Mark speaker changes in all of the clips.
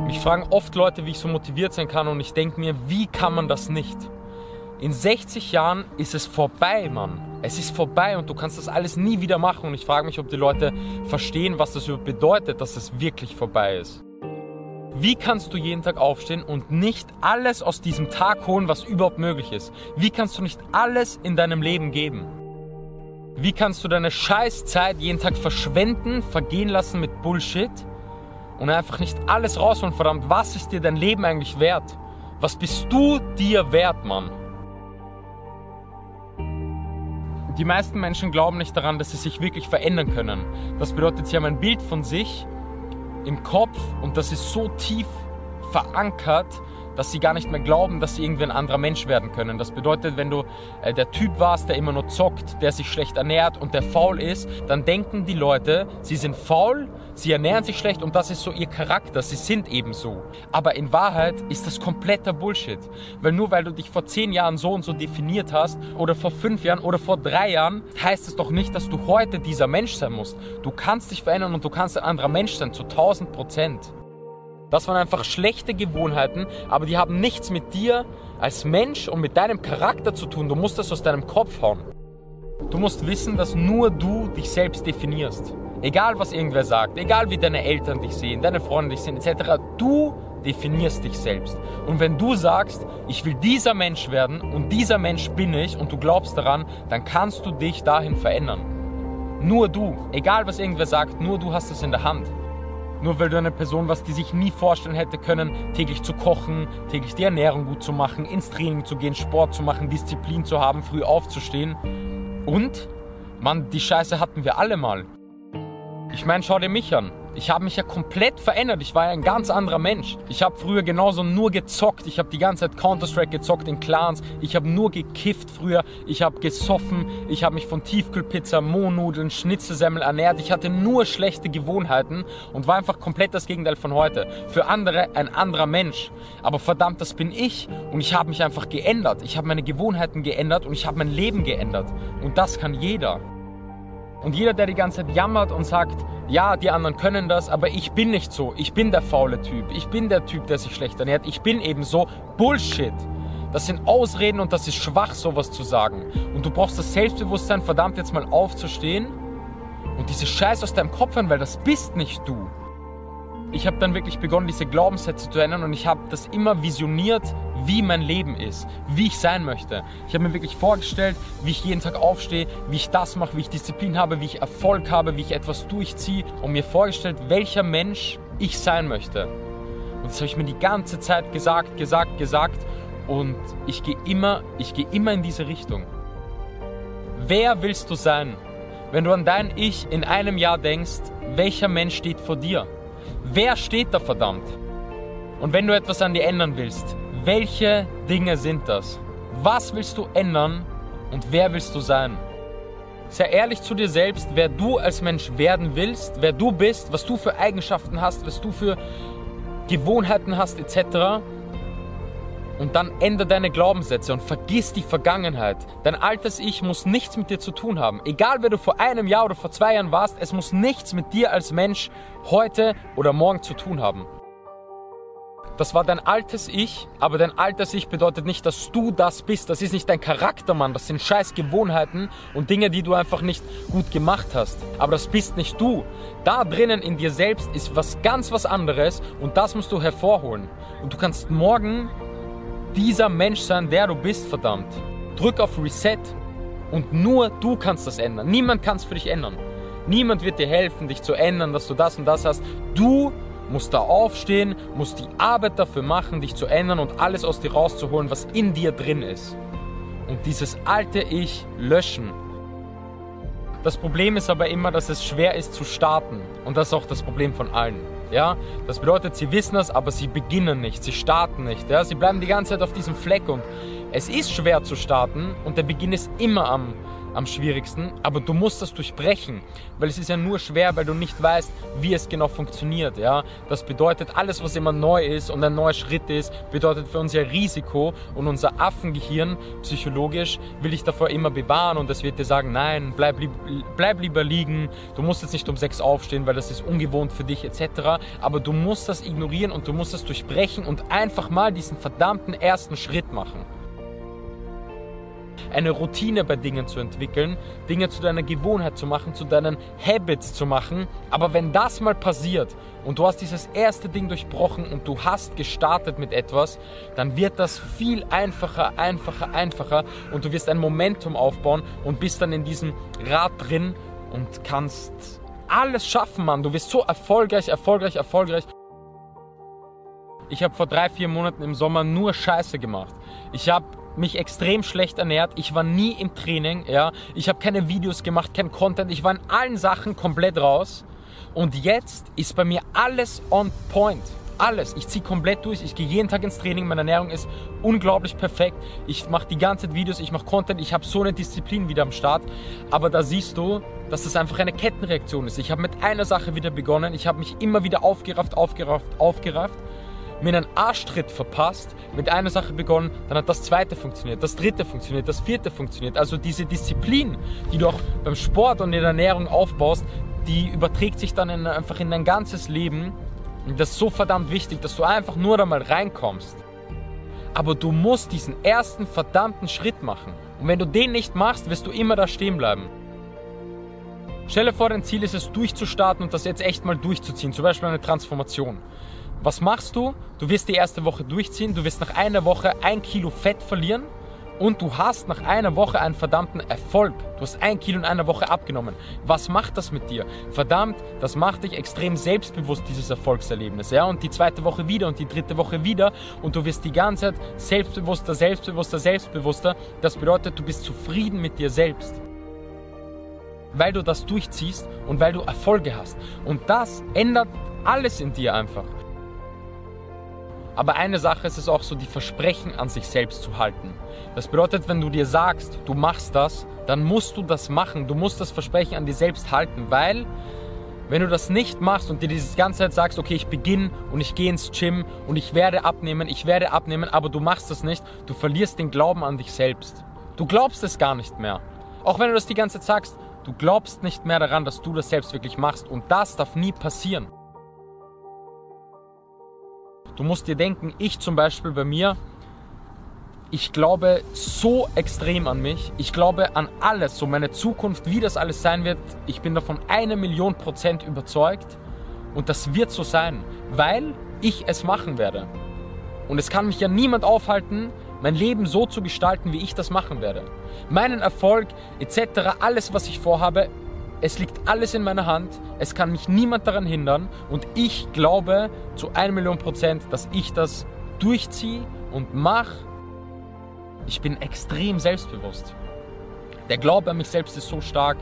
Speaker 1: Mich fragen oft Leute, wie ich so motiviert sein kann, und ich denke mir, wie kann man das nicht? In 60 Jahren ist es vorbei, Mann. Es ist vorbei und du kannst das alles nie wieder machen. Und ich frage mich, ob die Leute verstehen, was das überhaupt bedeutet, dass es wirklich vorbei ist. Wie kannst du jeden Tag aufstehen und nicht alles aus diesem Tag holen, was überhaupt möglich ist? Wie kannst du nicht alles in deinem Leben geben? Wie kannst du deine Scheißzeit jeden Tag verschwenden, vergehen lassen mit Bullshit und einfach nicht alles rausholen? Verdammt, was ist dir dein Leben eigentlich wert? Was bist du dir wert, Mann? Die meisten Menschen glauben nicht daran, dass sie sich wirklich verändern können. Das bedeutet, sie haben ein Bild von sich im Kopf und das ist so tief verankert, dass sie gar nicht mehr glauben, dass sie irgendwie ein anderer Mensch werden können. Das bedeutet, wenn du der Typ warst, der immer nur zockt, der sich schlecht ernährt und der faul ist, dann denken die Leute, sie sind faul, sie ernähren sich schlecht und das ist so ihr Charakter, sie sind eben so. Aber in Wahrheit ist das kompletter Bullshit. Weil nur weil du dich vor 10 Jahren so und so definiert hast oder vor 5 Jahren oder vor 3 Jahren, heißt es doch nicht, dass du heute dieser Mensch sein musst. Du kannst dich verändern und du kannst ein anderer Mensch sein, zu 1000%. Das waren einfach schlechte Gewohnheiten, aber die haben nichts mit dir als Mensch und mit deinem Charakter zu tun. Du musst das aus deinem Kopf hauen. Du musst wissen, dass nur du dich selbst definierst. Egal, was irgendwer sagt, egal wie deine Eltern dich sehen, deine Freunde dich sehen, etc. Du definierst dich selbst. Und wenn du sagst, ich will dieser Mensch werden und dieser Mensch bin ich und du glaubst daran, dann kannst du dich dahin verändern. Nur du, egal was irgendwer sagt, nur du hast es in der Hand. Nur weil du eine Person warst, die sich nie vorstellen hätte können, täglich zu kochen, täglich die Ernährung gut zu machen, ins Training zu gehen, Sport zu machen, Disziplin zu haben, früh aufzustehen. Und, Mann, die Scheiße hatten wir alle mal. Ich meine, schau dir mich an. Ich habe mich ja komplett verändert. Ich war ja ein ganz anderer Mensch. Ich habe früher genauso nur gezockt. Ich habe die ganze Zeit Counter-Strike gezockt in Clans. Ich habe nur gekifft früher. Ich habe gesoffen. Ich habe mich von Tiefkühlpizza, Mohnnudeln, Schnitzelsemmel ernährt. Ich hatte nur schlechte Gewohnheiten und war einfach komplett das Gegenteil von heute. Für andere ein anderer Mensch. Aber verdammt, das bin ich. Und ich habe mich einfach geändert. Ich habe meine Gewohnheiten geändert und ich habe mein Leben geändert. Und das kann jeder. Und jeder, der die ganze Zeit jammert und sagt, ja, die anderen können das, aber ich bin nicht so. Ich bin der faule Typ. Ich bin der Typ, der sich schlecht ernährt. Ich bin eben so. Bullshit. Das sind Ausreden und das ist schwach, sowas zu sagen. Und du brauchst das Selbstbewusstsein, verdammt jetzt mal aufzustehen und diese Scheiße aus deinem Kopf hören, weil das bist nicht du. Ich habe dann wirklich begonnen, diese Glaubenssätze zu ändern und ich habe das immer visioniert, wie mein Leben ist, wie ich sein möchte. Ich habe mir wirklich vorgestellt, wie ich jeden Tag aufstehe, wie ich das mache, wie ich Disziplin habe, wie ich Erfolg habe, wie ich etwas durchziehe und mir vorgestellt, welcher Mensch ich sein möchte. Und das habe ich mir die ganze Zeit gesagt und ich gehe immer in diese Richtung. Wer willst du sein? Wenn du an dein Ich in einem Jahr denkst, welcher Mensch steht vor dir? Wer steht da, verdammt? Und wenn du etwas an dir ändern willst, welche Dinge sind das? Was willst du ändern und wer willst du sein? Sei ehrlich zu dir selbst, wer du als Mensch werden willst, wer du bist, was du für Eigenschaften hast, was du für Gewohnheiten hast, etc. Und dann ändere deine Glaubenssätze und vergiss die Vergangenheit. Dein altes Ich muss nichts mit dir zu tun haben. Egal, wer du vor einem Jahr oder vor 2 Jahren warst, es muss nichts mit dir als Mensch heute oder morgen zu tun haben. Das war dein altes Ich, aber dein altes Ich bedeutet nicht, dass du das bist. Das ist nicht dein Charakter, Mann. Das sind scheiß Gewohnheiten und Dinge, die du einfach nicht gut gemacht hast. Aber das bist nicht du. Da drinnen in dir selbst ist was anderes und das musst du hervorholen. Und du kannst morgen dieser Mensch sein, der du bist, verdammt. Drück auf Reset und nur du kannst das ändern. Niemand kann es für dich ändern. Niemand wird dir helfen, dich zu ändern, dass du das und das hast. Du musst da aufstehen, musst die Arbeit dafür machen, dich zu ändern und alles aus dir rauszuholen, was in dir drin ist. Und dieses alte Ich löschen. Das Problem ist aber immer, dass es schwer ist zu starten. Und das ist auch das Problem von allen. Ja? Das bedeutet, sie wissen das, aber sie beginnen nicht, sie starten nicht. Ja? Sie bleiben die ganze Zeit auf diesem Fleck und es ist schwer zu starten und der Beginn ist immer am am schwierigsten, aber du musst das durchbrechen, weil es ist ja nur schwer, weil du nicht weißt, wie es genau funktioniert. Ja? Das bedeutet, alles, was immer neu ist und ein neuer Schritt ist, bedeutet für uns ja Risiko, und unser Affengehirn psychologisch will dich davor immer bewahren und das wird dir sagen, nein, bleib lieber liegen, du musst jetzt nicht um 6 aufstehen, weil das ist ungewohnt für dich etc. Aber du musst das ignorieren und du musst das durchbrechen und einfach mal diesen verdammten ersten Schritt machen. Eine Routine bei Dingen zu entwickeln, Dinge zu deiner Gewohnheit zu machen, zu deinen Habits zu machen. Aber wenn das mal passiert und du hast dieses erste Ding durchbrochen und du hast gestartet mit etwas, dann wird das viel einfacher und du wirst ein Momentum aufbauen und bist dann in diesem Rad drin und kannst alles schaffen, Mann. Du wirst so erfolgreich. Ich habe vor 3-4 Monaten im Sommer nur Scheiße gemacht. Ich habe mich extrem schlecht ernährt, ich war nie im Training, ja, ich habe keine Videos gemacht, kein Content, ich war in allen Sachen komplett raus und jetzt ist bei mir alles on point, alles, ich ziehe komplett durch, ich gehe jeden Tag ins Training, meine Ernährung ist unglaublich perfekt, ich mache die ganze Zeit Videos, ich mache Content, ich habe so eine Disziplin wieder am Start, aber da siehst du, dass das einfach eine Kettenreaktion ist. Ich habe mit einer Sache wieder begonnen, ich habe mich immer wieder aufgerafft, mir einen Arschtritt verpasst, mit einer Sache begonnen, dann hat das zweite funktioniert, das dritte funktioniert, das vierte funktioniert. Also diese Disziplin, die du auch beim Sport und in der Ernährung aufbaust, die überträgt sich dann einfach in dein ganzes Leben. Und das ist so verdammt wichtig, dass du einfach nur da mal reinkommst. Aber du musst diesen ersten verdammten Schritt machen. Und wenn du den nicht machst, wirst du immer da stehen bleiben. Stell dir vor, dein Ziel ist es, durchzustarten und das jetzt echt mal durchzuziehen, zum Beispiel eine Transformation. Was machst du? Du wirst die erste Woche durchziehen, du wirst nach einer Woche 1 Kilo Fett verlieren und du hast nach einer Woche einen verdammten Erfolg. Du hast 1 Kilo in einer Woche abgenommen. Was macht das mit dir? Verdammt, das macht dich extrem selbstbewusst, dieses Erfolgserlebnis. Ja? Und die zweite Woche wieder und die dritte Woche wieder und du wirst die ganze Zeit selbstbewusster. Das bedeutet, du bist zufrieden mit dir selbst. Weil du das durchziehst und weil du Erfolge hast. Und das ändert alles in dir einfach. Aber eine Sache ist es auch so, die Versprechen an sich selbst zu halten. Das bedeutet, wenn du dir sagst, du machst das, dann musst du das machen. Du musst das Versprechen an dir selbst halten, weil wenn du das nicht machst und dir diese ganze Zeit sagst, okay, ich beginne und ich gehe ins Gym und ich werde abnehmen, aber du machst das nicht, du verlierst den Glauben an dich selbst. Du glaubst es gar nicht mehr. Auch wenn du das die ganze Zeit sagst, du glaubst nicht mehr daran, dass du das selbst wirklich machst und das darf nie passieren. Du musst dir denken, ich zum Beispiel bei mir, ich glaube so extrem an mich, ich glaube an alles, so meine Zukunft, wie das alles sein wird, ich bin davon 1.000.000% überzeugt und das wird so sein, weil ich es machen werde. Und es kann mich ja niemand aufhalten, mein Leben so zu gestalten, wie ich das machen werde. Meinen Erfolg etc., alles was ich vorhabe, es liegt alles in meiner Hand, es kann mich niemand daran hindern und ich glaube zu 1.000.000%, dass ich das durchziehe und mache. Ich bin extrem selbstbewusst. Der Glaube an mich selbst ist so stark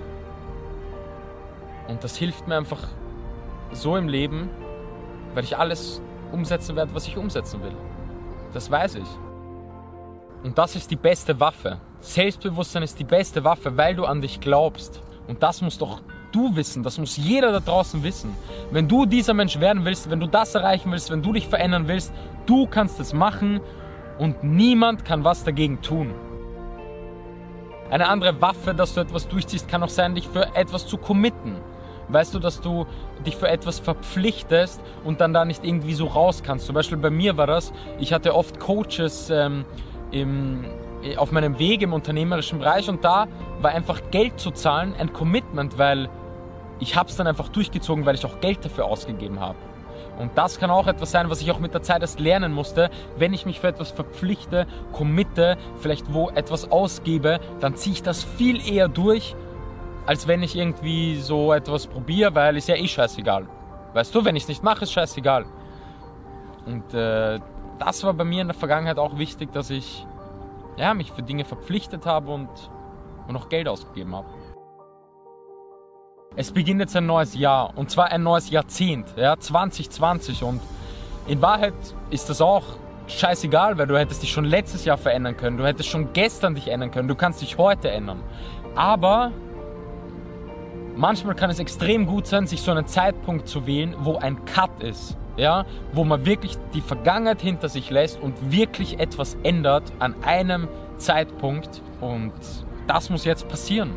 Speaker 1: und das hilft mir einfach so im Leben, weil ich alles umsetzen werde, was ich umsetzen will. Das weiß ich. Und das ist die beste Waffe. Selbstbewusstsein ist die beste Waffe, weil du an dich glaubst. Und das musst doch du wissen, das muss jeder da draußen wissen. Wenn du dieser Mensch werden willst, wenn du das erreichen willst, wenn du dich verändern willst, du kannst es machen und niemand kann was dagegen tun. Eine andere Waffe, dass du etwas durchziehst, kann auch sein, dich für etwas zu committen. Weißt du, dass du dich für etwas verpflichtest und dann da nicht irgendwie so raus kannst. Zum Beispiel bei mir war das, ich hatte oft Coaches auf meinem Weg im unternehmerischen Bereich und da war einfach Geld zu zahlen ein Commitment, weil ich habe es dann einfach durchgezogen, weil ich auch Geld dafür ausgegeben habe. Und das kann auch etwas sein, was ich auch mit der Zeit erst lernen musste. Wenn ich mich für etwas verpflichte, committe, vielleicht wo etwas ausgebe, dann ziehe ich das viel eher durch, als wenn ich irgendwie so etwas probiere, weil ist ja eh scheißegal. Weißt du, wenn ich es nicht mache, ist scheißegal. Und das war bei mir in der Vergangenheit auch wichtig, dass ich mich für Dinge verpflichtet habe und auch Geld ausgegeben habe. Es beginnt jetzt ein neues Jahr und zwar ein neues Jahrzehnt, 2020 und in Wahrheit ist das auch scheißegal, weil du hättest dich schon letztes Jahr verändern können, du hättest schon gestern dich ändern können, du kannst dich heute ändern. Aber manchmal kann es extrem gut sein, sich so einen Zeitpunkt zu wählen, wo ein Cut ist. Ja, wo man wirklich die Vergangenheit hinter sich lässt und wirklich etwas ändert an einem Zeitpunkt. Und das muss jetzt passieren.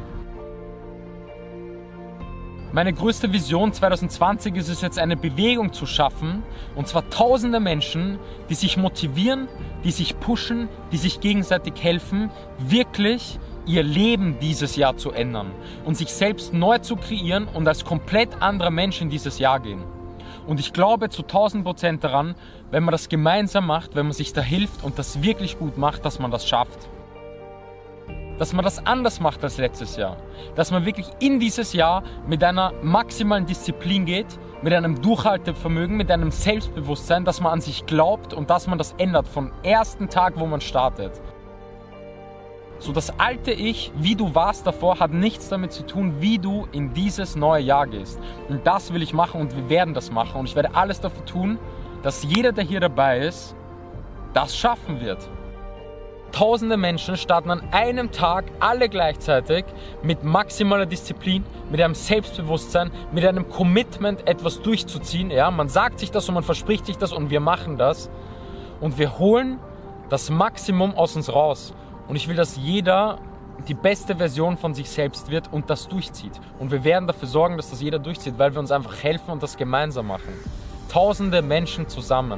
Speaker 1: Meine größte Vision 2020 ist es jetzt, eine Bewegung zu schaffen, und zwar tausende Menschen, die sich motivieren, die sich pushen, die sich gegenseitig helfen, wirklich ihr Leben dieses Jahr zu ändern und sich selbst neu zu kreieren und als komplett anderer Mensch in dieses Jahr gehen. Und ich glaube zu 1000% daran, wenn man das gemeinsam macht, wenn man sich da hilft und das wirklich gut macht, dass man das schafft. Dass man das anders macht als letztes Jahr. Dass man wirklich in dieses Jahr mit einer maximalen Disziplin geht, mit einem Durchhaltevermögen, mit einem Selbstbewusstsein, dass man an sich glaubt und dass man das ändert vom ersten Tag, wo man startet. So, das alte Ich, wie du warst davor, hat nichts damit zu tun, wie du in dieses neue Jahr gehst. Und das will ich machen und wir werden das machen. Und ich werde alles dafür tun, dass jeder, der hier dabei ist, das schaffen wird. Tausende Menschen starten an einem Tag, alle gleichzeitig, mit maximaler Disziplin, mit einem Selbstbewusstsein, mit einem Commitment, etwas durchzuziehen. Ja, man sagt sich das und man verspricht sich das und wir machen das. Und wir holen das Maximum aus uns raus. Und ich will, dass jeder die beste Version von sich selbst wird und das durchzieht. Und wir werden dafür sorgen, dass das jeder durchzieht, weil wir uns einfach helfen und das gemeinsam machen. Tausende Menschen zusammen.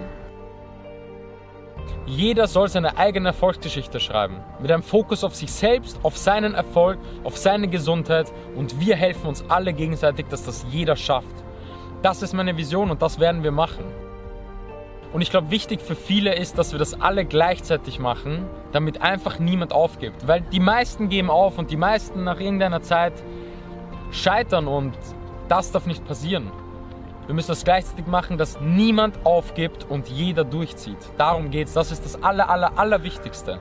Speaker 1: Jeder soll seine eigene Erfolgsgeschichte schreiben. Mit einem Fokus auf sich selbst, auf seinen Erfolg, auf seine Gesundheit. Und wir helfen uns alle gegenseitig, dass das jeder schafft. Das ist meine Vision und das werden wir machen. Und ich glaube, wichtig für viele ist, dass wir das alle gleichzeitig machen, damit einfach niemand aufgibt. Weil die meisten geben auf und die meisten nach irgendeiner Zeit scheitern und das darf nicht passieren. Wir müssen das gleichzeitig machen, dass niemand aufgibt und jeder durchzieht. Darum geht's. Das ist das Allerwichtigste.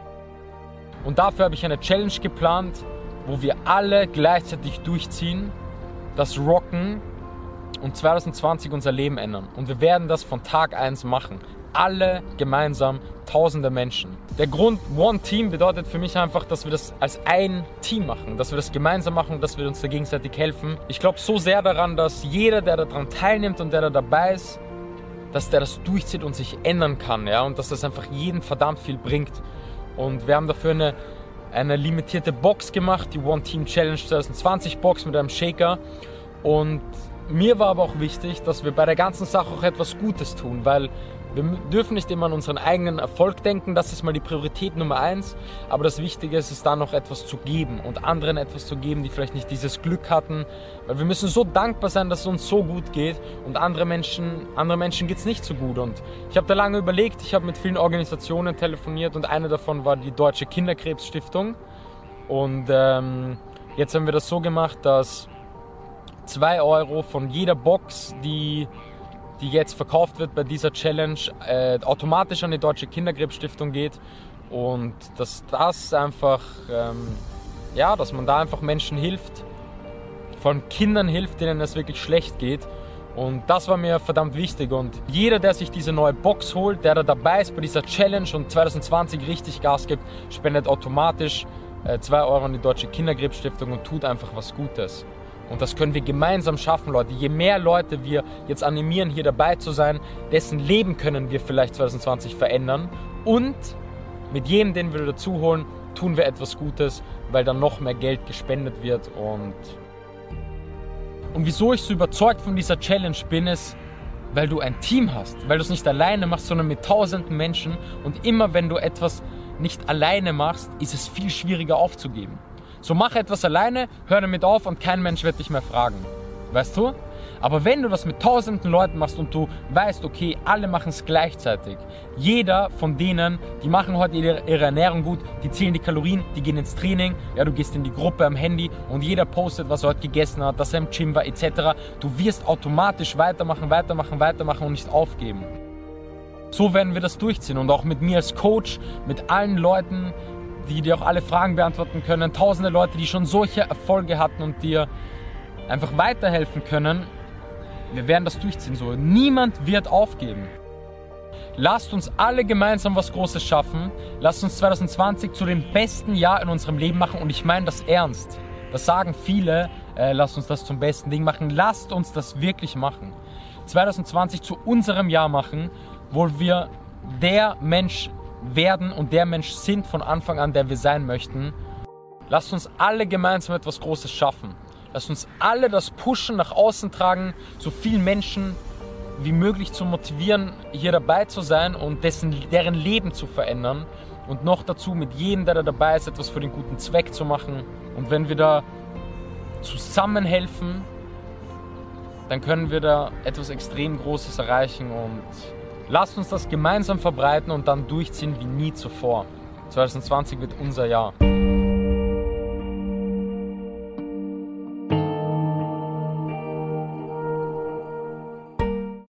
Speaker 1: Und dafür habe ich eine Challenge geplant, wo wir alle gleichzeitig durchziehen, das rocken und 2020 unser Leben ändern. Und wir werden das von Tag 1 machen. Alle gemeinsam, tausende Menschen. Der Grund One Team bedeutet für mich einfach, dass wir das als ein Team machen, dass wir das gemeinsam machen und dass wir uns da gegenseitig helfen. Ich glaube so sehr daran, dass jeder, der daran teilnimmt und der da dabei ist, dass der das durchzieht und sich ändern kann, ja, und dass das einfach jedem verdammt viel bringt. Und wir haben dafür eine limitierte Box gemacht, die One Team Challenge 2020 Box mit einem Shaker. Und mir war aber auch wichtig, dass wir bei der ganzen Sache auch etwas Gutes tun, weil wir dürfen nicht immer an unseren eigenen Erfolg denken, das ist mal die Priorität Nummer 1, aber das Wichtige ist es, da noch etwas zu geben und anderen etwas zu geben, die vielleicht nicht dieses Glück hatten, weil wir müssen so dankbar sein, dass es uns so gut geht und anderen Menschen geht es nicht so gut. Und ich habe da lange überlegt, ich habe mit vielen Organisationen telefoniert und eine davon war die Deutsche Kinderkrebsstiftung und jetzt haben wir das so gemacht, dass 2 € von jeder Box, die jetzt verkauft wird bei dieser Challenge, automatisch an die Deutsche Kinderkrebsstiftung geht und dass das einfach, dass man da einfach Menschen hilft, vor allem Kindern hilft, denen es wirklich schlecht geht. Und das war mir verdammt wichtig. Und jeder, der sich diese neue Box holt, der da dabei ist bei dieser Challenge und 2020 richtig Gas gibt, spendet automatisch 2 € an die Deutsche Kinderkrebsstiftung und tut einfach was Gutes. Und das können wir gemeinsam schaffen, Leute. Je mehr Leute wir jetzt animieren, hier dabei zu sein, dessen Leben können wir vielleicht 2020 verändern. Und mit jedem, den wir dazu holen, tun wir etwas Gutes, weil dann noch mehr Geld gespendet wird. Und wieso ich so überzeugt von dieser Challenge bin, ist, weil du ein Team hast. Weil du es nicht alleine machst, sondern mit tausenden Menschen. Und immer wenn du etwas nicht alleine machst, ist es viel schwieriger aufzugeben. So, mach etwas alleine, hör damit auf und kein Mensch wird dich mehr fragen. Weißt du? Aber wenn du das mit tausenden Leuten machst und du weißt, okay, alle machen es gleichzeitig. Jeder von denen, die machen heute ihre Ernährung gut, die zählen die Kalorien, die gehen ins Training, ja, du gehst in die Gruppe am Handy und jeder postet, was er heute gegessen hat, dass er im Gym war, etc. Du wirst automatisch weitermachen und nicht aufgeben. So werden wir das durchziehen und auch mit mir als Coach, mit allen Leuten, die dir auch alle Fragen beantworten können, tausende Leute, die schon solche Erfolge hatten und dir einfach weiterhelfen können. Wir werden das durchziehen, so. Niemand wird aufgeben. Lasst uns alle gemeinsam was Großes schaffen. Lasst uns 2020 zu dem besten Jahr in unserem Leben machen. Und ich meine das ernst. Das sagen viele, lasst uns das zum besten Ding machen. Lasst uns das wirklich machen. 2020 zu unserem Jahr machen, wo wir der Mensch werden und der Mensch sind von Anfang an, der wir sein möchten. Lasst uns alle gemeinsam etwas Großes schaffen. Lasst uns alle das Pushen nach außen tragen, so viele Menschen wie möglich zu motivieren, hier dabei zu sein und deren Leben zu verändern. Und noch dazu mit jedem, der da dabei ist, etwas für den guten Zweck zu machen. Und wenn wir da zusammenhelfen, dann können wir da etwas extrem Großes erreichen. Und lasst uns das gemeinsam verbreiten und dann durchziehen wie nie zuvor. 2020 wird unser Jahr.